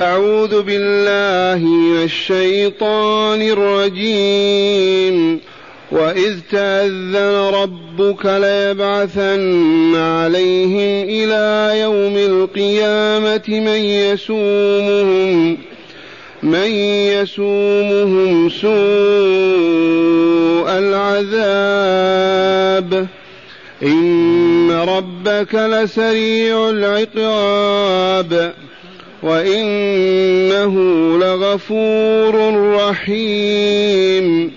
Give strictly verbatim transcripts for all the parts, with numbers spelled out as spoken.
أعوذ بالله من الشيطان الرجيم. وإذ تأذن ربك ليبعثن عليهم إلى يوم القيامة من يسومهم من يسومهم سوء العذاب إن ربك لسريع العقاب وإنه لغفور رحيم.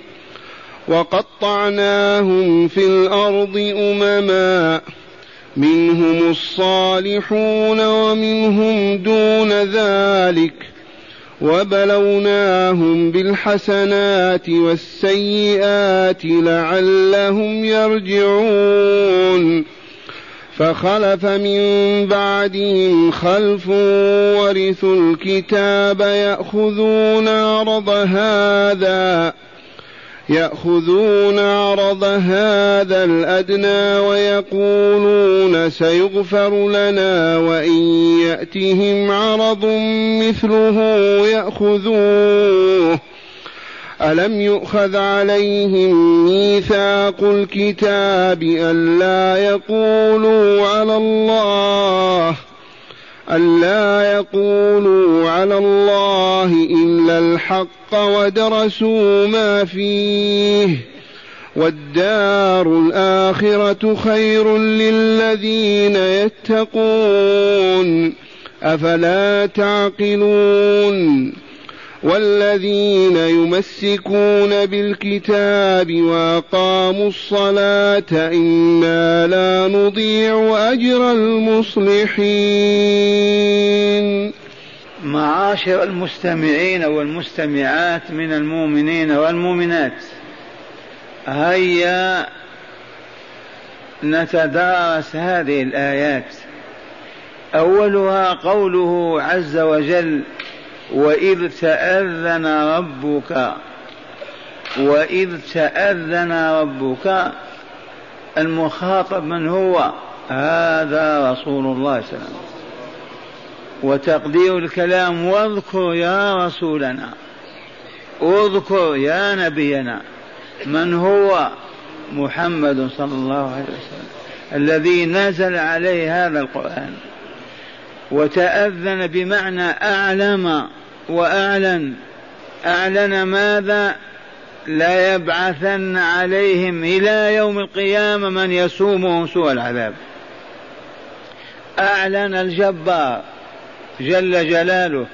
وقطعناهم في الأرض أمما منهم الصالحون ومنهم دون ذلك وبلوناهم بالحسنات والسيئات لعلهم يرجعون. فخلف من بعدهم خلف ورثوا الكتاب يأخذون عرض هذا يأخذون عرض هذا الأدنى ويقولون سيغفر لنا وإن يأتهم عرض مثله يأخذوه. ألم يؤخذ عليهم ميثاق الكتاب ألا يقولوا على الله ألا يقولوا على الله إلا الحق ودرسوا ما فيه والدار الآخرة خير للذين يتقون أفلا تعقلون. والذين يمسكون بالكتاب وأقاموا الصلاة إنا لا نضيع أجر المصلحين. معاشر المستمعين والمستمعات من المؤمنين والمؤمنات، هيا نتدارس هذه الآيات. أولها قوله عز وجل: وإذ تأذن ربك وإذ تأذن ربك. المخاطب من هو؟ هذا رسول الله صلى الله عليه وسلم. وتقدير الكلام: واذكر يا رسولنا، اذكر يا نبينا. من هو؟ محمد صلى الله عليه وسلم الذي نزل عليه هذا القرآن. وتأذن بمعنى أعلم وأعلن. أعلن ماذا؟ لا يبعثن عليهم إلى يوم القيامة من يسومهم سوء العذاب. أعلن الجبار جل جلاله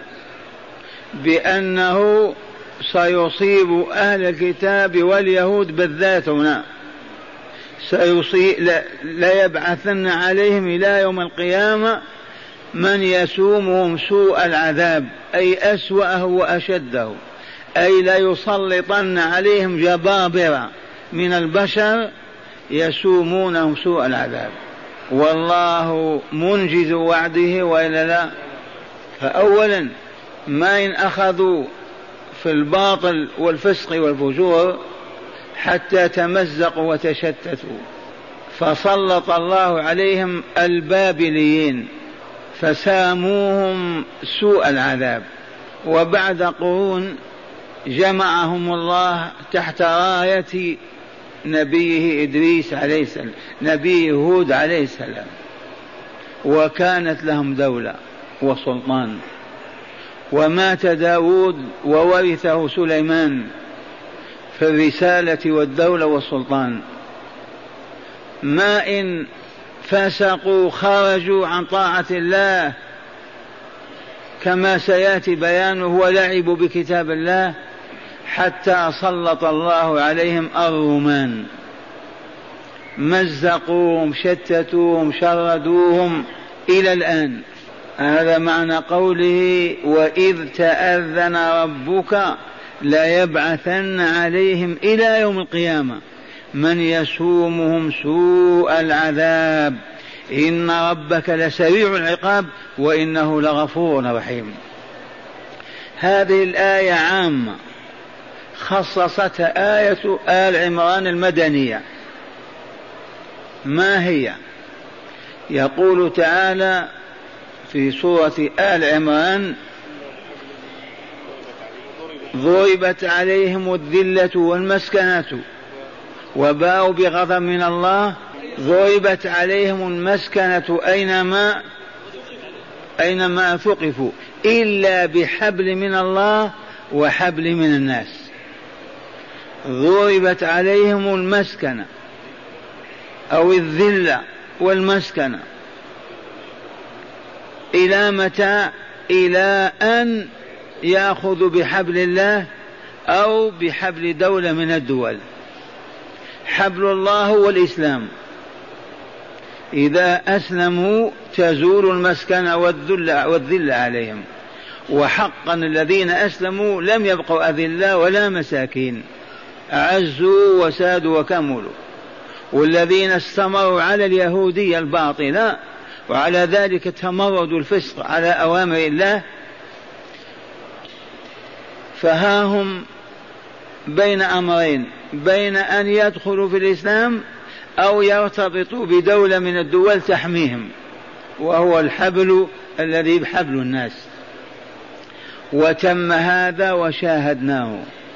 بأنه سيصيب أهل الكتاب واليهود بالذات هنا، سيصيب لا, لا يبعثن عليهم إلى يوم القيامة من يسومهم سوء العذاب، أي أسوأه وأشده، أي لا يسلطن عليهم جبابرة من البشر يسومونهم سوء العذاب. والله منجز وعده وإلا لا. فأولا ما إن أخذوا في الباطل والفسق والفجور حتى تمزقوا وتشتتوا، فسلط الله عليهم البابليين فساموهم سوء العذاب. وبعد قرون جمعهم الله تحت راية نبيه إدريس عليه السلام، نبي هود عليه السلام، وكانت لهم دولة وسلطان. ومات داود وورثه سليمان في الرسالة والدولة والسلطان. ما إن فسقوا خرجوا عن طاعة الله كما سيأتي بيانه ولعبوا بكتاب الله حتى سلط الله عليهم الرومان، مزقوهم شتتوهم شردوهم إلى الآن. هذا معنى قوله: وإذ تأذن ربك ليبعثن عليهم إلى يوم القيامة من يسومهم سوء العذاب إن ربك لسريع العقاب وإنه لغفور رحيم. هذه الآية عامة خصصتها آية آل عمران المدنية. ما هي؟ يقول تعالى في سورة آل عمران: ضربت عليهم الذلة والمسكنة وباءوا بغضب من الله. ضربت عليهم المسكنة أينما أينما ثقفوا إلا بحبل من الله وحبل من الناس. ضربت عليهم المسكنة أو الذلة والمسكنة إلى متى؟ إلى أن يأخذوا بحبل الله أو بحبل دولة من الدول. حبل الله هو الإسلام، إذا أسلموا تزول المسكنة والذلة والذلة عليهم. وحقا الذين أسلموا لم يبقوا أذلة ولا مساكين، عزوا وسادوا وكملوا. والذين استمروا على اليهودية الباطلة وعلى ذلك تمردوا الفسق على أوامر الله، فها هم بين أمرين، بين أن يدخلوا في الإسلام أو يرتبطوا بدولة من الدول تحميهم، وهو الحبل الذي بحبل الناس. وتم هذا وشاهدناه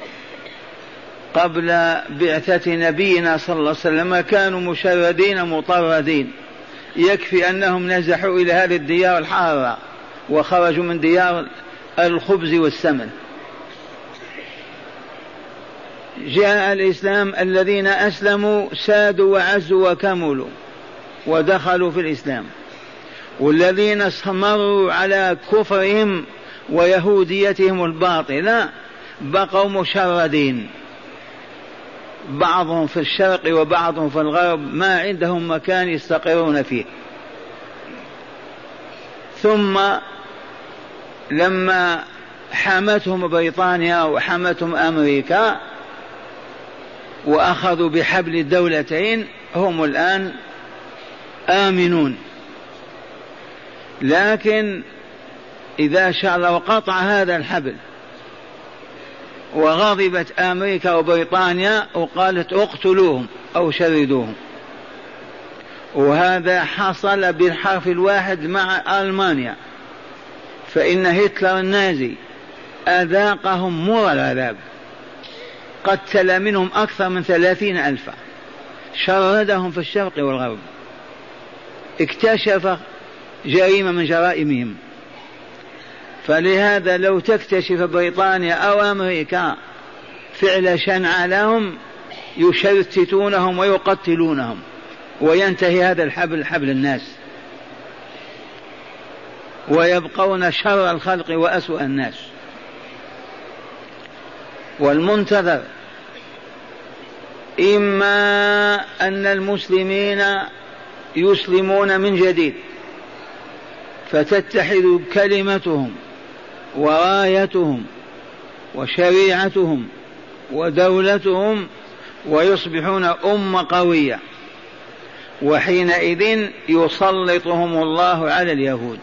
قبل بعثة نبينا صلى الله عليه وسلم، كانوا مشردين مطردين، يكفي أنهم نزحوا إلى هذه الديار الحارة وخرجوا من ديار الخبز والسمن. جاء الإسلام، الذين أسلموا سادوا وعزوا وكملوا ودخلوا في الإسلام، والذين استمروا على كفرهم ويهوديتهم الباطلة بقوا مشردين، بعضهم في الشرق وبعضهم في الغرب، ما عندهم مكان يستقرون فيه. ثم لما حمتهم بريطانيا وحمتهم أمريكا وأخذوا بحبل الدولتين، هم الآن آمنون. لكن إذا شاء الله وقطع هذا الحبل وغضبت أمريكا وبريطانيا وقالت اقتلوهم أو شردوهم، وهذا حصل بالحرف الواحد مع ألمانيا، فإن هتلر النازي أذاقهم مر العذاب، قتل منهم أكثر من ثلاثين ألفا، شردهم في الشرق والغرب، اكتشف جريمة من جرائمهم. فلهذا لو تكتشف بريطانيا أو أمريكا فعل شنع لهم يشتتونهم ويقتلونهم، وينتهي هذا الحبل حبل الناس، ويبقون شر الخلق وأسوأ الناس. والمنتظر إما أن المسلمين يسلمون من جديد فتتحد كلمتهم ورايتهم وشريعتهم ودولتهم ويصبحون أمة قوية، وحينئذ يسلطهم الله على اليهود.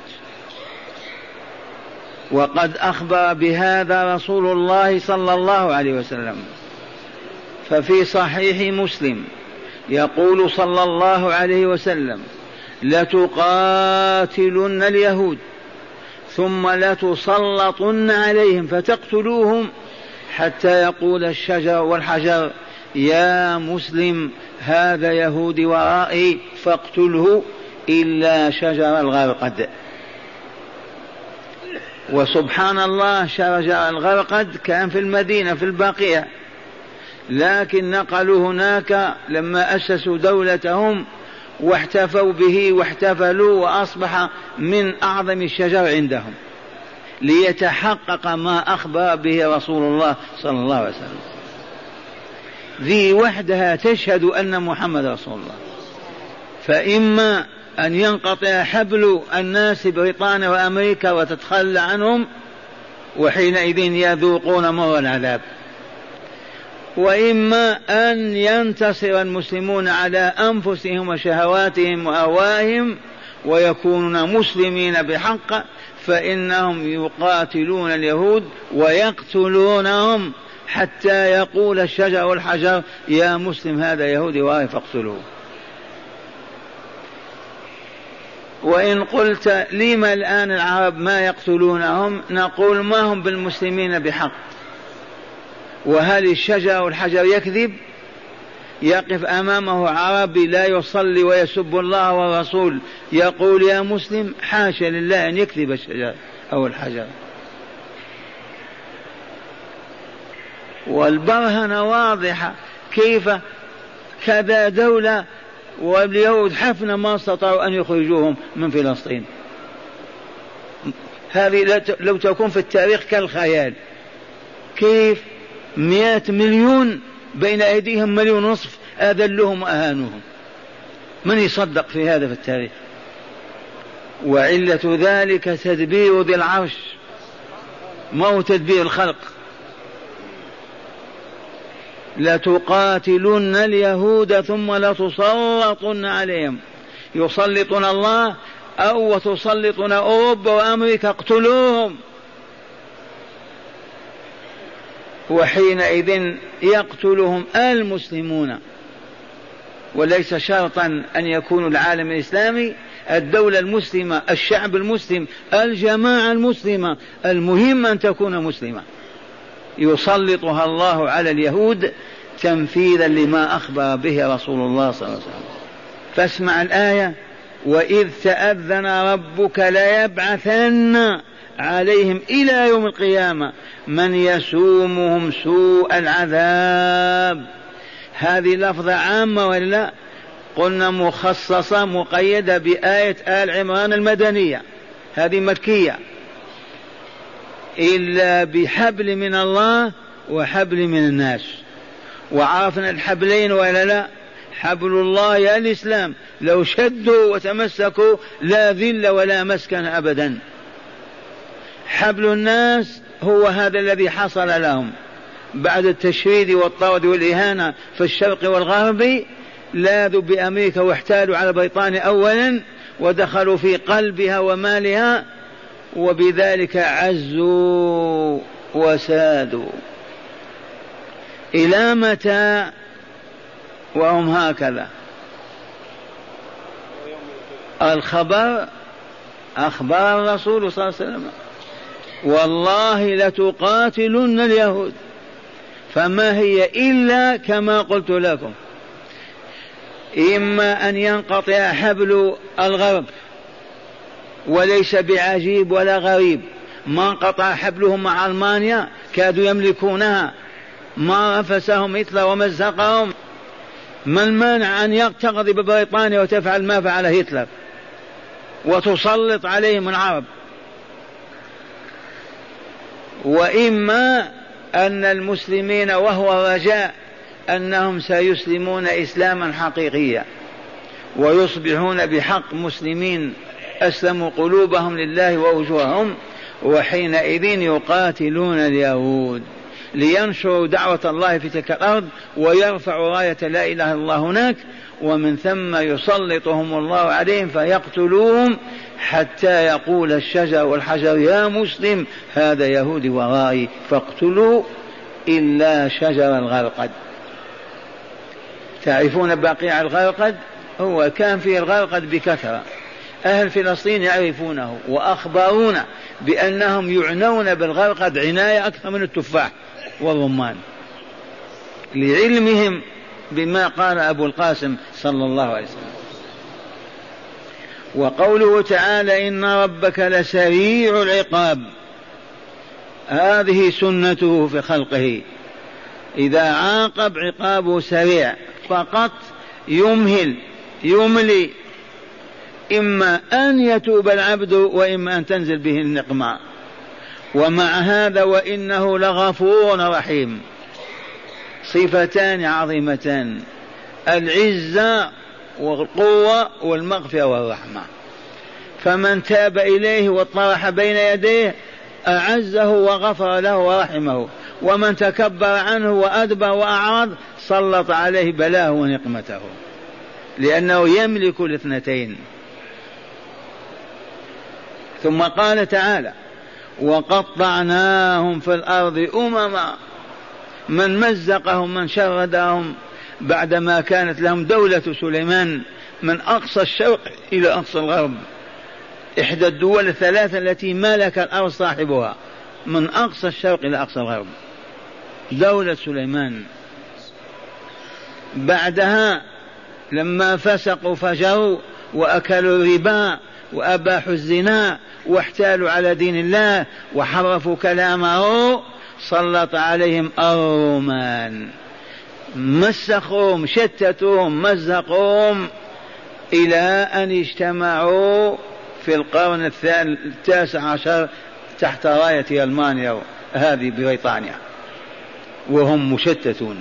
وقد أخبر بهذا رسول الله صلى الله عليه وسلم، ففي صحيح مسلم يقول صلى الله عليه وسلم: لتقاتلن اليهود ثم لتسلطن عليهم فتقتلوهم حتى يقول الشجر والحجر يا مسلم هذا يهودي ورائي فاقتله إلا شجر الغرقد. وسبحان الله، شجر الغرقد كان في المدينة في البقيع، لكن نقلوا هناك لما أسسوا دولتهم واحتفوا به واحتفلوا، وأصبح من أعظم الشجر عندهم، ليتحقق ما أخبر به رسول الله صلى الله عليه وسلم. ذي وحدها تشهد أن محمد رسول الله. فإما أن ينقطع حبل الناس بريطانيا وأمريكا وتتخلى عنهم، وحينئذ يذوقون مر العذاب، وإما أن ينتصر المسلمون على أنفسهم وشهواتهم وأهوائهم ويكونون مسلمين بحق، فإنهم يقاتلون اليهود ويقتلونهم حتى يقول الشجر والحجر يا مسلم هذا يهودي ورائي فاقتلوه. وإن قلت لما الآن العرب ما يقتلونهم، نقول ما هم بالمسلمين بحق، وهل الشجر والحجر يكذب؟ يقف أمامه عربي لا يصلي ويسب الله والرسول يقول يا مسلم؟ حاشا لله أن يكذب الشجر أو الحجر. والبرهنة واضحة، كيف كذا دولة واليهود حفنة ما استطاعوا أن يخرجوهم من فلسطين. هذه لو تكون في التاريخ كالخيال. كيف مئة مليون بين أيديهم مليون ونصف أذلهم وأهانوهم؟ من يصدق في هذا في التاريخ؟ وعلة ذلك تدبير ذي العرش، ما هو تدبير الخلق. لتقاتلن اليهود ثم لتسلطن عليهم، يسلطون الله أو تسلطون أوروبا وأمريكا، اقتلوهم. وحينئذ يقتلهم المسلمون، وليس شرطا أن يكون العالم الإسلامي، الدولة المسلمة، الشعب المسلم، الجماعة المسلمة، المهم أن تكون مسلمة. يسلطها الله على اليهود تنفيذا لما أخبر به رسول الله صلى الله عليه وسلم. فاسمع الآية: وإذ تأذن ربك ليبعثن عليهم إلى يوم القيامة من يسومهم سوء العذاب. هذه لفظة عامة ولا قلنا مخصصة مقيدة بآية آل عمران المدنية، هذه مكية. إلا بحبل من الله وحبل من الناس. وعرفنا الحبلين ولا لا؟ حبل الله يا الإسلام، لو شدوا وتمسكوا لا ذل ولا مسكن أبدا. حبل الناس هو هذا الذي حصل لهم بعد التشريد والطرد والإهانة في الشرق والغرب. لاذوا بأمريكا واحتالوا على بريطانيا أولا ودخلوا في قلبها ومالها، وبذلك عزوا وسادوا. إلى متى وهم هكذا؟ الخبر أخبار الرسول صلى الله عليه وسلم: والله لتقاتلن اليهود. فما هي إلا كما قلت لكم، إما أن ينقطع حبل الغرب، وليس بعجيب ولا غريب، ما انقطع حبلهم مع ألمانيا، كادوا يملكونها، ما رفسهم هتلر ومزقهم. ما المانع أن تغضب بريطانيا وتفعل ما فعل هتلر وتسلط عليهم العرب؟ وإما أن المسلمين وهو رجاء أنهم سيسلمون إسلاما حقيقيا ويصبحون بحق مسلمين أسلموا قلوبهم لله ووجوههم، وحينئذ يقاتلون اليهود لينشروا دعوة الله في تلك الأرض ويرفعوا راية لا إله إلا الله هناك، ومن ثم يسلطهم الله عليهم فيقتلوهم حتى يقول الشجر والحجر يا مسلم هذا يهودي ورائي، فاقتلوا إلا شجر الغرقد. تعرفون بقيع الغرقد؟ هو كان فيه الغرقد بكثرة، أهل فلسطين يعرفونه وأخبرونا بأنهم يعنون بالغرقد عناية أكثر من التفاح والرمان، لعلمهم بما قال أبو القاسم صلى الله عليه وسلم. وقوله تعالى: إن ربك لسريع العقاب، هذه سنته في خلقه، إذا عاقب عقابه سريع، فقط يمهل يملي، إما أن يتوب العبد وإما أن تنزل به النقمة. ومع هذا وإنه لغفور رحيم، صفتان عظيمتان: العزة والقوة والمغفرة والرحمة. فمن تاب إليه واطرح بين يديه أعزه وغفر له ورحمه، ومن تكبر عنه وأدبر وأعرض سلط عليه بلاه ونقمته، لأنه يملك الاثنتين. ثم قال تعالى: وقطعناهم في الأرض أمما، من مزقهم من شردهم بعدما كانت لهم دولة سليمان من أقصى الشرق إلى أقصى الغرب، إحدى الدول الثلاثة التي ملك الأرض صاحبها من أقصى الشرق إلى أقصى الغرب. دولة سليمان. بعدها لما فسقوا فجروا وأكلوا الربا وأباحوا الزنا واحتالوا على دين الله وحرفوا كلامه سلط عليهم الرومان، مسخوهم شتتوهم مزقوهم إلى أن اجتمعوا في القرن التاسع عشر تحت راية ألمانيا هذه بريطانيا وهم مشتتون.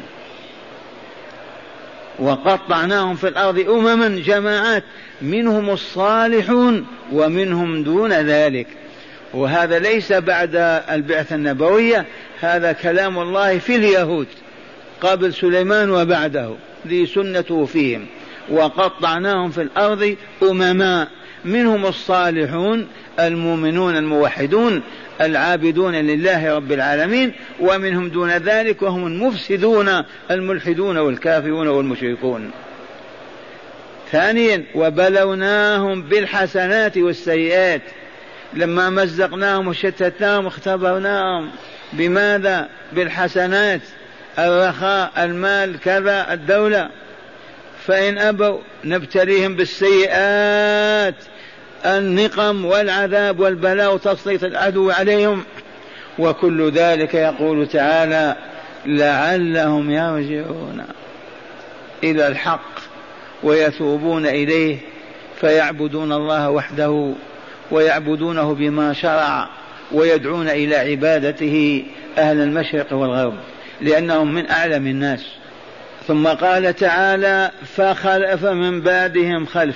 وقطعناهم في الأرض أمما جماعات منهم الصالحون ومنهم دون ذلك. وهذا ليس بعد البعثة النبوية، هذا كلام الله في اليهود قبل سليمان وبعده، ذي سنته فيهم. وقطعناهم في الأرض أمما منهم الصالحون المؤمنون الموحدون العابدون لله رب العالمين، ومنهم دون ذلك وهم المفسدون الملحدون والكافرون والمشركون. ثانيا وبلوناهم بالحسنات والسيئات، لما مزقناهم وشتتناهم اختبرناهم بماذا؟ بالحسنات، الرخاء، المال، كذا، الدولة. فإن أبوا نبتليهم بالسيئات، النقم والعذاب والبلاء وتسليط العدو عليهم. وكل ذلك يقول تعالى لعلهم يرجعون إلى الحق ويتوبون إليه فيعبدون الله وحده ويعبدونه بما شرع ويدعون إلى عبادته أهل المشرق والغرب لأنهم من أعلم الناس. ثم قال تعالى فخلف من بعدهم خلف.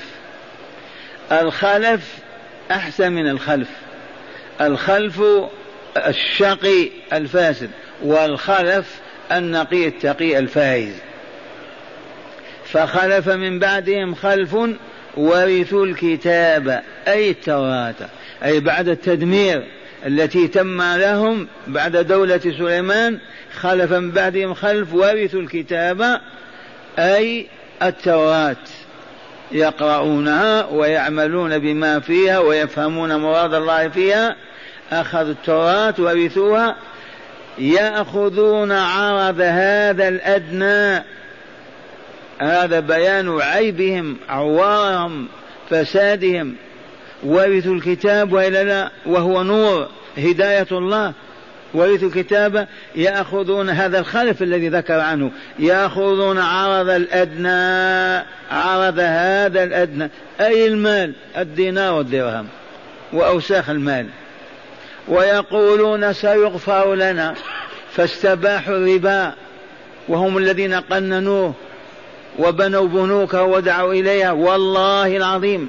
الخلف أحسن من الخلف، الخلف الشقي الفاسد، والخلف النقي التقي الفائز. فخلف من بعدهم خلف ورثوا الكتاب أي التوراة، أي بعد التدمير التي تم لهم بعد دولة سليمان، خلف من بعدهم خلف ورثوا الكتاب أي التوراة، يقرؤونها ويعملون بما فيها ويفهمون مراد الله فيها. أخذوا التوراة ورثوها، يأخذون عرض هذا الأدنى، هذا بيان عيبهم عوارهم فسادهم. ورثوا الكتاب وإلا لا، وهو نور هداية الله. ورثوا الكتاب يأخذون هذا الخلف الذي ذكر عنه، يأخذون عرض الأدنى، عرض هذا الأدنى أي المال، الدينار والدرهم وأوساخ المال، ويقولون سيغفر لنا. فاستباحوا الربا وهم الذين قننوه وبنوا بنوكه ودعوا إليها والله العظيم.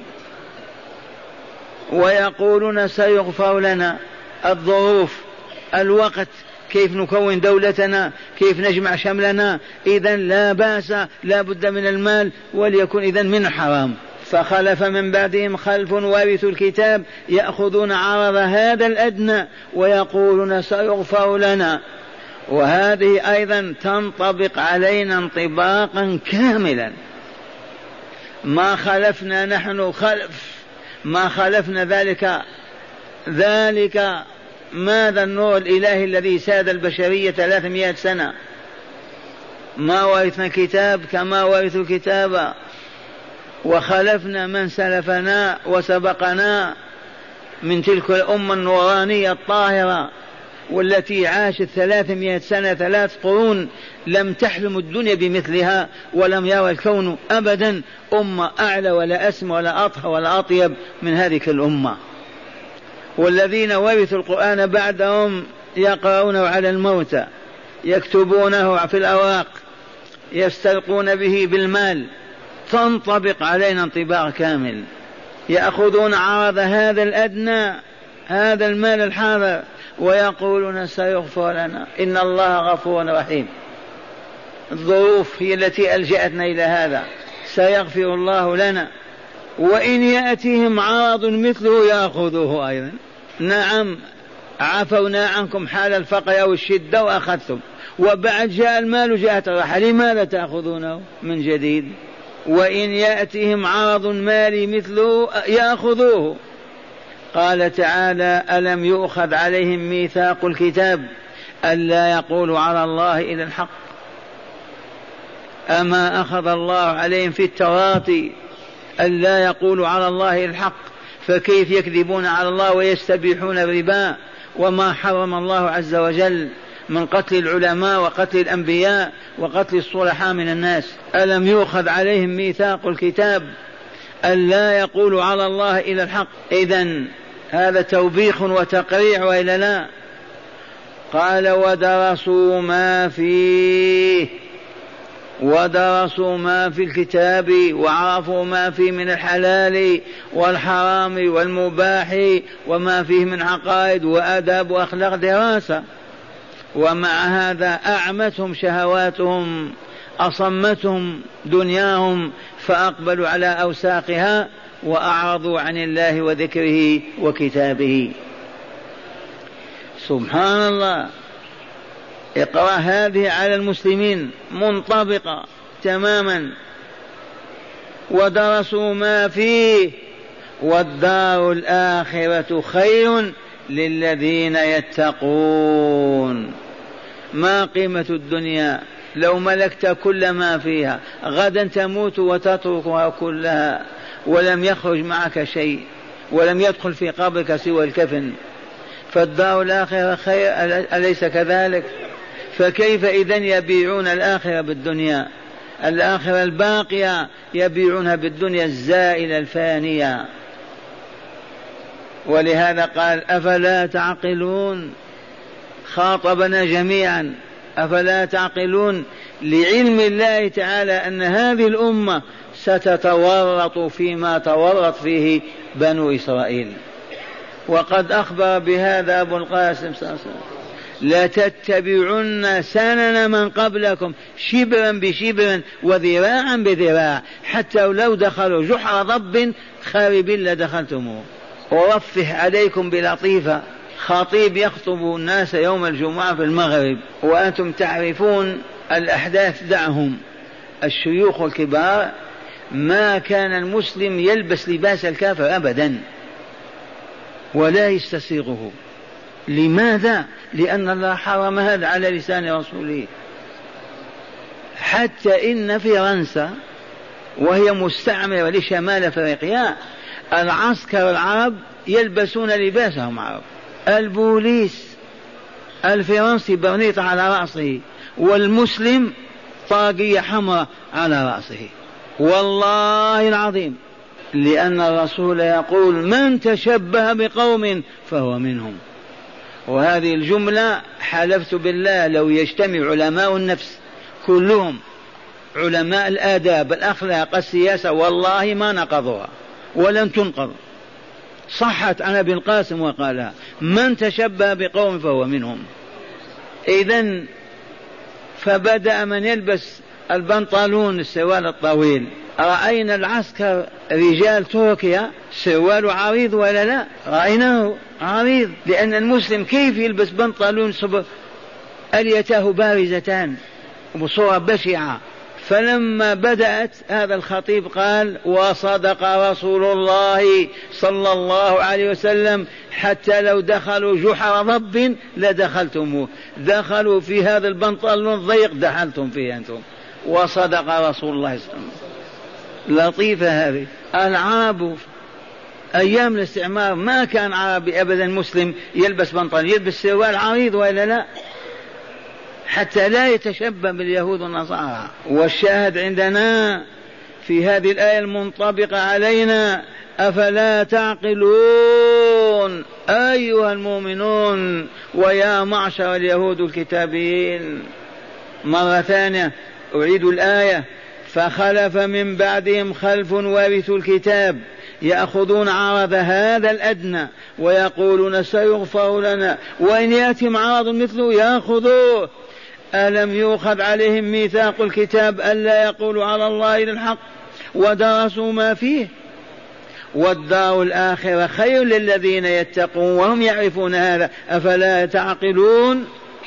ويقولون سيغفر لنا. الظروف، الوقت، كيف نكون دولتنا، كيف نجمع شملنا، إذن لا بأس، لا بد من المال، وليكن إذن من حرام. فخلف من بعدهم خلف ورثوا الكتاب يأخذون عرض هذا الأدنى ويقولون سيغفر لنا. وهذه أيضا تنطبق علينا انطباقا كاملا. ما خلفنا نحن خلف، ما خلفنا ذلك ذلك ماذا النور الإلهي الذي ساد البشرية ثلاثمائة سنة؟ ما ورثنا كتاب كما ورثوا الكتاب. وخلفنا من سلفنا وسبقنا من تلك الأمة النورانية الطاهرة والتي عاشت ثلاثمائة سنة، ثلاث قرون لم تحلم الدنيا بمثلها، ولم يرى الكون أبدا أمة أعلى ولا أسمى ولا أطهر ولا أطيب من هذه الأمة. والذين ورثوا القرآن بعدهم يقرؤونه على الموتى، يكتبونه في الأوراق، يستلقون به بالمال. تنطبق علينا انطباق كامل. يأخذون عرض هذا الأدنى، هذا المال الحاضر، ويقولون سيغفر لنا، إن الله غفور رحيم. الظروف هي التي ألجأتنا إلى هذا، سيغفر الله لنا. وإن يأتيهم عرض مثله يأخذوه أيضا. نعم عفونا عنكم حال الفقر أو الشدة وأخذتم، وبعد جاء المال جاءت الراحة، لماذا تأخذونه من جديد؟ وإن يأتيهم عرض مالي مثله يأخذوه. قال تعالى ألم يؤخذ عليهم ميثاق الكتاب ألا يقولوا على الله إلا الحق. أما أخذ الله عليهم في التوراة ألا يقولوا على الله إلا الحق، فكيف يكذبون على الله ويستبيحون الربا وما حرم الله عز وجل من قتل العلماء وقتل الأنبياء وقتل الصلحاء من الناس؟ ألم يؤخذ عليهم ميثاق الكتاب ألا يقولوا على الله إلا الحق؟ إذن هذا توبيخ وتقريع وإلا لا؟ قال ودرسوا ما فيه، ودرسوا ما في الكتاب وعرفوا ما فيه من الحلال والحرام والمباح وما فيه من عقائد وآداب وأخلاق، دراسة. ومع هذا أعمتهم شهواتهم، أصمتهم دنياهم، فأقبلوا على أوساقها وأعرضوا عن الله وذكره وكتابه. سبحان الله. اقرأ هذه على المسلمين منطبقة تماما. ودرسوا ما فيه والدار الآخرة خير للذين يتقون. ما قيمة الدنيا لو ملكت كل ما فيها؟ غدا تموت وتتركها كلها ولم يخرج معك شيء، ولم يدخل في قبرك سوى الكفن. فالدار الآخرة خير، أليس كذلك؟ فكيف إذن يبيعون الآخرة بالدنيا؟ الآخرة الباقية يبيعونها بالدنيا الزائلة الفانية. ولهذا قال أفلا تعقلون، خاطبنا جميعا، أفلا تعقلون، لعلم الله تعالى أن هذه الأمة ستتورط فيما تورط فيه بنو إسرائيل. وقد أخبر بهذا أبو القاسم صلى الله عليه وسلم: لتتبعن سنن من قبلكم شبرا بشبر وذراعا بذراع، حتى لو دخلوا جحر ضب خارب لدخلتموه. ورفه عليكم بلطيفة، خطيب يخطب الناس يوم الجمعة في المغرب وأنتم تعرفون الأحداث، دعهم الشيوخ الكبار، ما كان المسلم يلبس لباس الكافر أبدا ولا يستسيغه. لماذا؟ لأن الله حرم هذا على لسان رسوله. حتى إن فرنسا وهي مستعمرة لشمال أفريقيا العسكر العرب يلبسون لباسهم عرب. البوليس الفرنسي برنيط على رأسه، والمسلم طاقية حمراء على رأسه، والله العظيم، لأن الرسول يقول: من تشبه بقوم فهو منهم. وهذه الجملة حلفت بالله لو يجتمع علماء النفس كلهم، علماء الآداب الأخلاق السياسة، والله ما نقضوها ولن تنقض. صحت عن ابن القاسم وقالها: من تشبه بقوم فهو منهم. إذن فبدأ من يلبس البنطلون السوال الطويل. رأينا العسكر رجال تركيا سوال عريض ولا لا؟ رأيناه عريض، لأن المسلم كيف يلبس بنطلون صبر أليتاه بارزتان بصورة بشعة. فلما بدأت هذا الخطيب قال: وصدق رسول الله صلى الله عليه وسلم، حتى لو دخلوا جحر ضب لدخلتموه، دخلوا في هذا البنطلون الضيق دخلتم فيه أنتم. وصدق رسول الله صلى الله عليه وسلم. لطيفة هذه. العرب أيام الاستعمار ما كان عربي أبدا مسلم يلبس بنطلون، يلبس سروال عريض وإلا لا، حتى لا يتشبه باليهود والنصارى. والشاهد عندنا في هذه الآية المنطبقة علينا: أفلا تعقلون أيها المؤمنون ويا معشر اليهود الكتابيين. مرة ثانية أعيد الآية: فخلف من بعدهم خلف ورثوا الكتاب يأخذون عرض هذا الأدنى ويقولون سيغفر لنا وإن يأتهم عرض مثله يأخذوه. ألم يؤخذ عليهم ميثاق الكتاب ألا يقولوا على الله إلا الحق ودرسوا ما فيه والدار الآخرة خير للذين يتقون وهم يعرفون هذا أفلا تعقلون.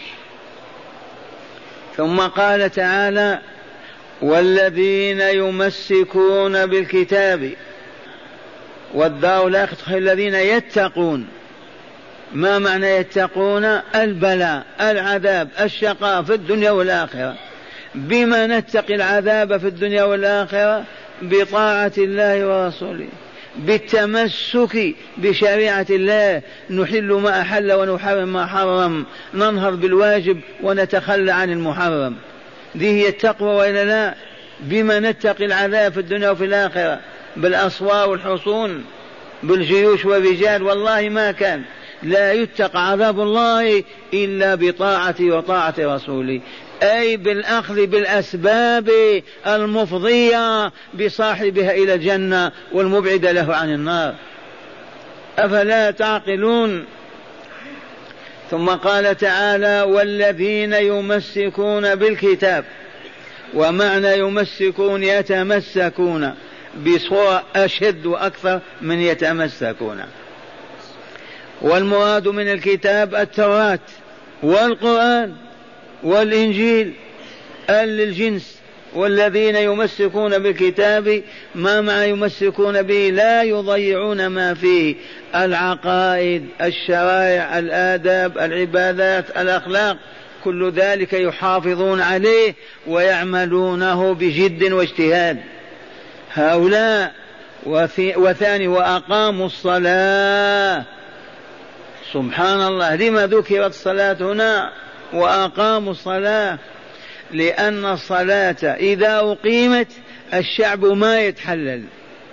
ثم قال تعالى: والذين يمسكون بالكتاب والدار الآخرة خير الذين يتقون. ما معنى يتقون؟ البلاء، العذاب، الشقاء في الدنيا والآخرة. بما نتقي العذاب في الدنيا والآخرة؟ بطاعة الله ورسوله، بالتمسك بشريعة الله، نحل ما أحل ونحرم ما حرم، ننهض بالواجب ونتخلى عن المحرم. دي هي التقوى وإلا لا؟ بما نتقي العذاب في الدنيا وفي الآخرة؟ بالأسوار والحصون، بالجيوش والرجال؟ والله ما كان. لا يتقى عذاب الله إلا بطاعته وطاعة رسوله، أي بالأخذ بالأسباب المفضية بصاحبها إلى الجنة والمبعدة له عن النار. أفلا تعقلون؟ ثم قال تعالى: والذين يمسكون بالكتاب. ومعنى يمسكون يتمسكون بصورة أشد وأكثر من يتمسكون. والمراد من الكتاب التوراة والقرآن والإنجيل للجنس. والذين يمسكون بالكتاب ما معنى يمسكون به؟ لا يضيعون ما فيه، العقائد، الشرائع، الآداب، العبادات، الأخلاق، كل ذلك يحافظون عليه ويعملونه بجد واجتهاد هؤلاء. وثاني: وأقاموا الصلاة. سبحان الله، لما ذكرت الصلاة هنا؟ وأقاموا الصلاة لأن الصلاة إذا أقيمت الشعب ما يتحلل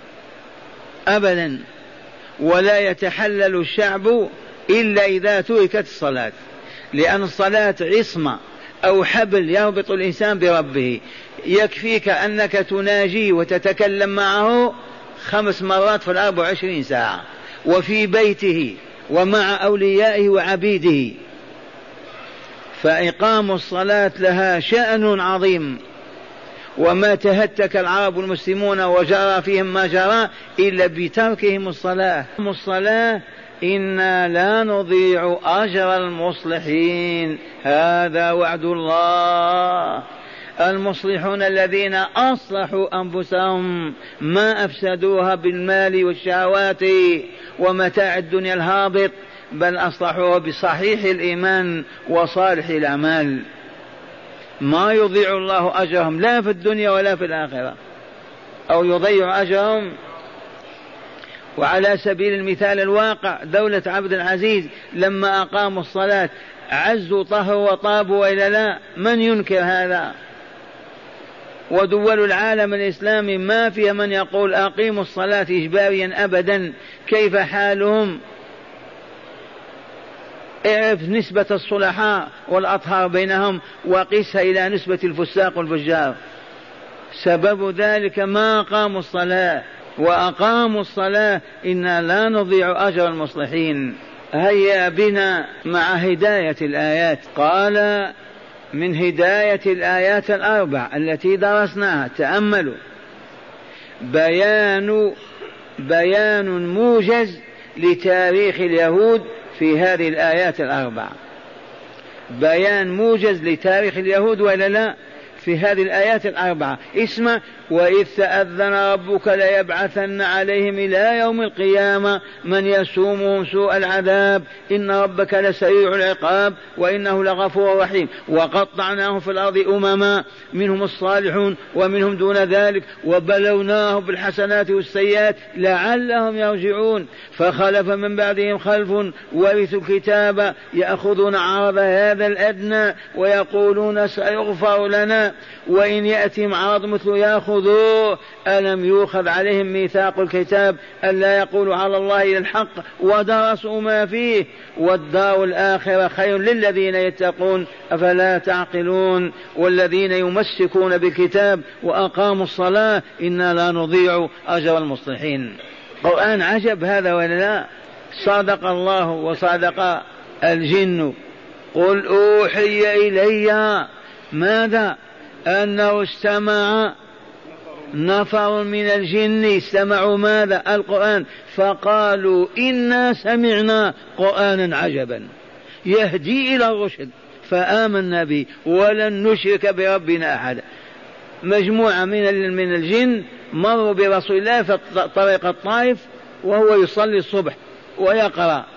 أبدا، ولا يتحلل الشعب إلا إذا تركت الصلاة، لأن الصلاة عصمة أو حبل يربط الإنسان بربه. يكفيك أنك تناجي وتتكلم معه خمس مرات في الأربع وعشرين ساعة، وفي بيته ومع أوليائه وعبيده. فإقام الصلاة لها شأن عظيم، وما تهتك العرب المسلمون وجرى فيهم ما جرى إلا بتركهم الصلاة. الصلاة إنا لا نضيع أجر المصلحين، هذا وعد الله. المصلحون الذين أصلحوا أنفسهم، ما أفسدوها بالمال والشهوات ومتاع الدنيا الهابط، بل أصلحوها بصحيح الإيمان وصالح الأعمال. ما يضيع الله أجرهم لا في الدنيا ولا في الآخرة، أو يضيع أجرهم. وعلى سبيل المثال الواقع، دولة عبد العزيز لما أقاموا الصلاة عزوا طهروا وطابوا وإلا لا؟ من ينكر هذا؟ ودول العالم الإسلامي ما فيها من يقول أقيموا الصلاة إجباريا أبدا. كيف حالهم؟ اعرف نسبة الصلحاء والأطهار بينهم وقسها إلى نسبة الفساق والفجار. سبب ذلك ما أقاموا الصلاة. وأقاموا الصلاة إنا لا نضيع أجر المصلحين. هيا بنا مع هداية الآيات. قال: من هداية الآيات الأربع التي درسناها، تأملوا: بيان بيان موجز لتاريخ اليهود في هذه الآيات الأربع. بيان موجز لتاريخ اليهود ولا لا في هذه الآيات الأربعة. اسمع: وإذ تأذن ربك ليبعثن عليهم إلى يوم القيامة من يسومهم سوء العذاب إن ربك لسريع العقاب وإنه لغفور رحيم. وقطعناهم في الأرض أمما منهم الصالحون ومنهم دون ذلك وبلوناهم بالحسنات والسيئات لعلهم يرجعون. فخلف من بعدهم خلف ورثوا الكتاب يأخذون عرض هذا الأدنى ويقولون سيغفر لنا وإن يأتهم عرض مثل يأخذوه. ألم يؤخذ عليهم ميثاق الكتاب ألا يقولوا على الله إلا الحق ودرسوا ما فيه والدار الآخرة خير للذين يتقون أفلا تعقلون. والذين يمسكون بالكتاب وأقاموا الصلاة إنا لا نضيع أجر المصلحين. قرآن عجب هذا ولا لا؟ صدق الله وصدق الجن. قل أوحي إلي ماذا؟ أنه استمع نفر من الجن. استمعوا ماذا؟ القرآن. فقالوا إنا سمعنا قرآنا عجبا يهدي إلى الرشد فآمنا به ولن نشرك بربنا أحدا. مجموعة من من الجن مروا برسول الله في طريق الطائف وهو يصلي الصبح ويقرأ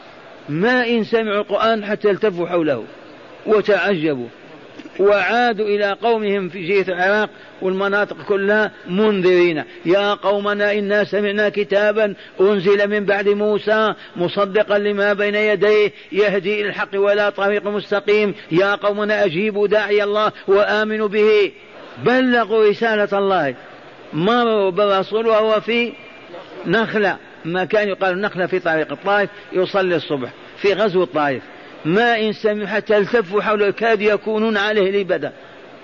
ما إن سمعوا القرآن حتى التفوا حوله وتعجبوا، وعادوا إلى قومهم في جهة العراق والمناطق كلها منذرين: يا قومنا إنا سمعنا كتابا أنزل من بعد موسى مصدقا لما بين يديه يهدي إلى الحق ولا طريق مستقيم، يا قومنا أجيبوا داعي الله وآمنوا به. بلغوا رسالة الله. مروا بالرسول وهو في نخلة، ما كان يقال نخلة في طريق الطائف، يصلي الصبح في غزو الطائف. ما إن سمعوا حتى التفوا حوله كاد يكونون عليه لبدا،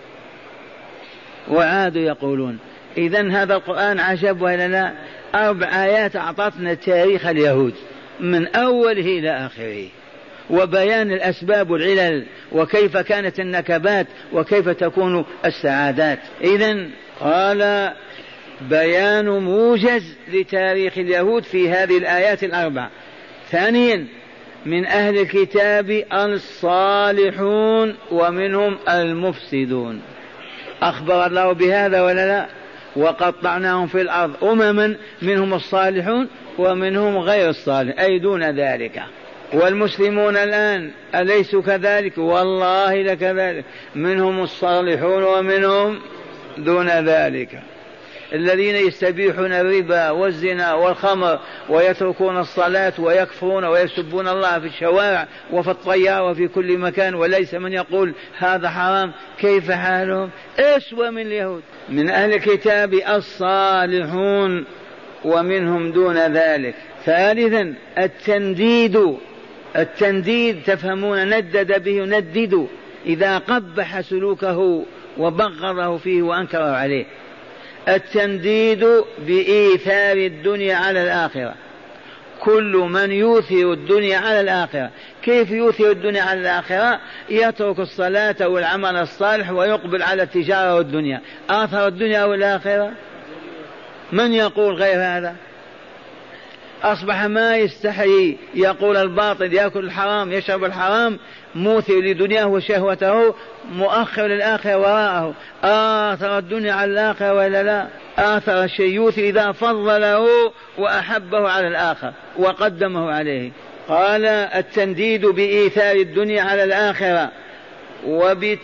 وعادوا يقولون. إذن هذا القرآن عجب ولا لا؟ أربع آيات أعطتنا تاريخ اليهود من أوله إلى آخره، وبيان الأسباب والعلل، وكيف كانت النكبات وكيف تكون السعادات. إذن قال بيان موجز لتاريخ اليهود في هذه الآيات الأربع. ثانيا من أهل الكتاب الصالحون ومنهم المفسدون، أخبر الله بهذا ولا لا؟ وقطعناهم في الأرض أمما منهم الصالحون ومنهم غير الصالح أي دون ذلك. والمسلمون الآن أليسوا كذلك؟ والله لكذلك، منهم الصالحون ومنهم دون ذلك. الذين يستبيحون الربا والزنا والخمر ويتركون الصلاة ويكفرون ويسبون الله في الشوارع وفي الطيار وفي كل مكان، وليس من يقول هذا حرام، كيف حالهم؟ أسوأ من اليهود. من أهل الكتاب الصالحون ومنهم دون ذلك. ثالثا التنديد. التنديد تفهمون ندد به ندد، إذا قبح سلوكه وبغضه فيه وأنكر عليه. التنديد بإيثار الدنيا على الآخرة، كل من يؤثر الدنيا على الآخرة. كيف يؤثر الدنيا على الآخرة؟ يترك الصلاة والعمل الصالح ويقبل على التجارة والدنيا. آثر الدنيا والآخرة؟ من يقول غير هذا؟ أصبح ما يستحي يقول الباطل، يأكل الحرام يشرب الحرام، موثر لدنياه وشهوته، مؤخر للآخرة وراءه. آثر الدنيا على الآخرة ولا لا؟ آثر الشيء يؤثر إذا فضله وأحبه على الآخر وقدمه عليه. قال التنديد بإيثار الدنيا على الآخرة وبت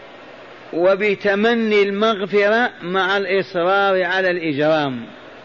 وبتمني المغفرة مع الإصرار على الإجرام.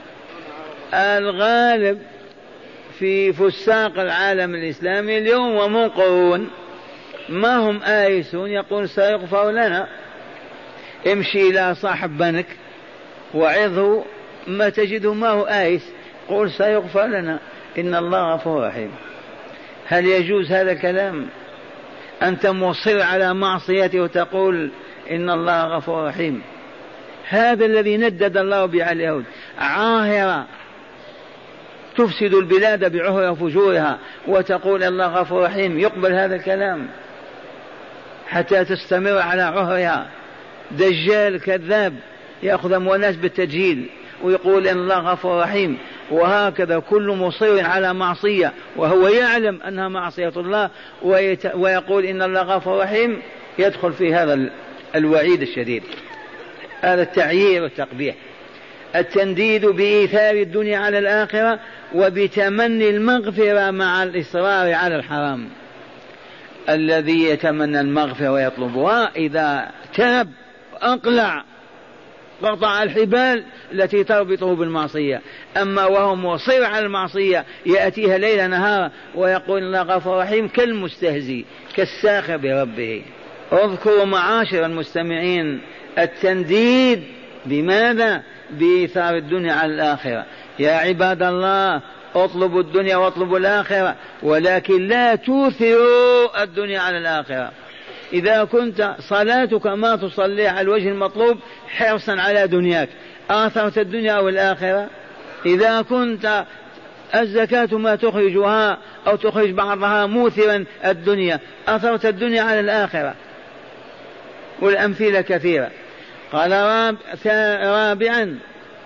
الغالب في فساق العالم الإسلامي اليوم ومن قرون ما هم آيسون، يقول سيغفر لنا. امشي إلى صاحب بنك وعظه ما تجده ما هو آيس، قول سيغفر لنا إن الله غفور رحيم. هل يجوز هذا الكلام؟ أنت مصر على معصيته وتقول إن الله غفور رحيم. هذا الذي ندد الله به على اليهود، عاهرة تفسد البلاد بعهرها وفجورها وتقول الله غفور رحيم. يقبل هذا الكلام حتى تستمر على عهرها؟ دجال كذاب يأخذ أموال الناس بالتجهيل ويقول إن الله غفور رحيم. وهكذا كل مصير على معصية وهو يعلم أنها معصية الله ويقول إن الله غفور رحيم يدخل في هذا الوعيد الشديد. هذا التعيير والتقبيح. التنديد بإيثار الدنيا على الآخرة وبتمني المغفرة مع الإصرار على الحرام. الذي يتمنى المغفرة ويطلبها إذا تاب أقلع قطع الحبال التي تربطه بالمعصية. أما وهو مصير على المعصية يأتيها ليل نهار ويقول الله غفور رحيم كالمستهزي كالساخر بربه. اذكروا معاشر المستمعين التنديد بماذا؟ بإيثار الدنيا على الآخرة. يا عباد الله اطلبوا الدنيا واطلبوا الآخرة، ولكن لا توثروا الدنيا على الآخرة. إذا كنت صلاتك ما تصلي على الوجه المطلوب حرصا على دنياك، آثرت الدنيا والآخرة. إذا كنت الزكاة ما تخرجها أو تخرج بعضها موثرا الدنيا، آثرت الدنيا على الآخرة. والأمثلة كثيرة. قال رابعا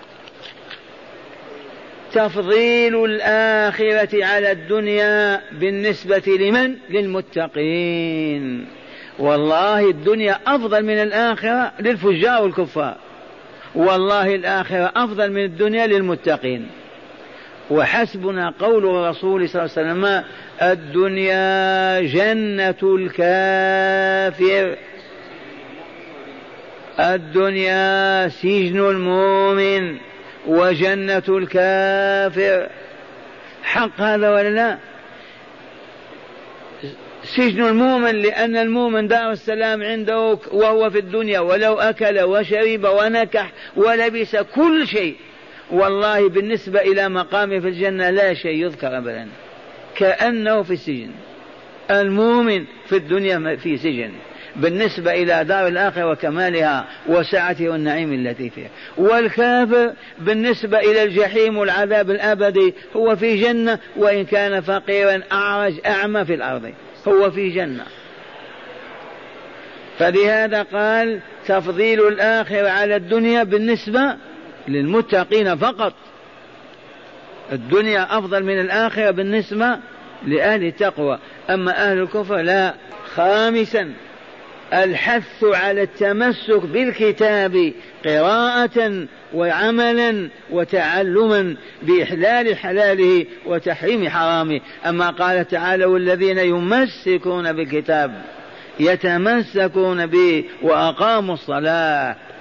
تفضيل الآخرة على الدنيا بالنسبة لمن؟ للمتقين. والله الدنيا أفضل من الآخرة للفجار والكفار، والله الآخرة أفضل من الدنيا للمتقين. وحسبنا قول الرسول صلى الله عليه وسلم الدنيا جنة الكافر، الدنيا سجن المؤمن وجنة الكافر. حق هذا ولا لا؟ سجن المؤمن لأن المؤمن دار السلام عنده وهو في الدنيا، ولو أكل وشرب ونكح ولبس كل شيء، والله بالنسبة إلى مقامه في الجنة لا شيء يذكر أبدا، كأنه في السجن. المؤمن في الدنيا في سجن بالنسبة إلى دار الآخرة وكمالها وسعته والنعيم التي فيها. والكافر بالنسبة إلى الجحيم والعذاب الأبدي هو في جنة، وإن كان فقيرا أعرج أعمى في الأرض هو في جنة. فلهذا قال تفضيل الآخرة على الدنيا بالنسبة للمتقين فقط، الدنيا أفضل من الآخرة بالنسبة لأهل التقوى، أما أهل الكفر لا. خامسا الحث على التمسك بالكتاب قراءة وعملا وتعلما بإحلال حلاله وتحريم حرامه. أما قال تعالى والذين يمسكون بالكتاب يتمسكون به وأقاموا الصلاة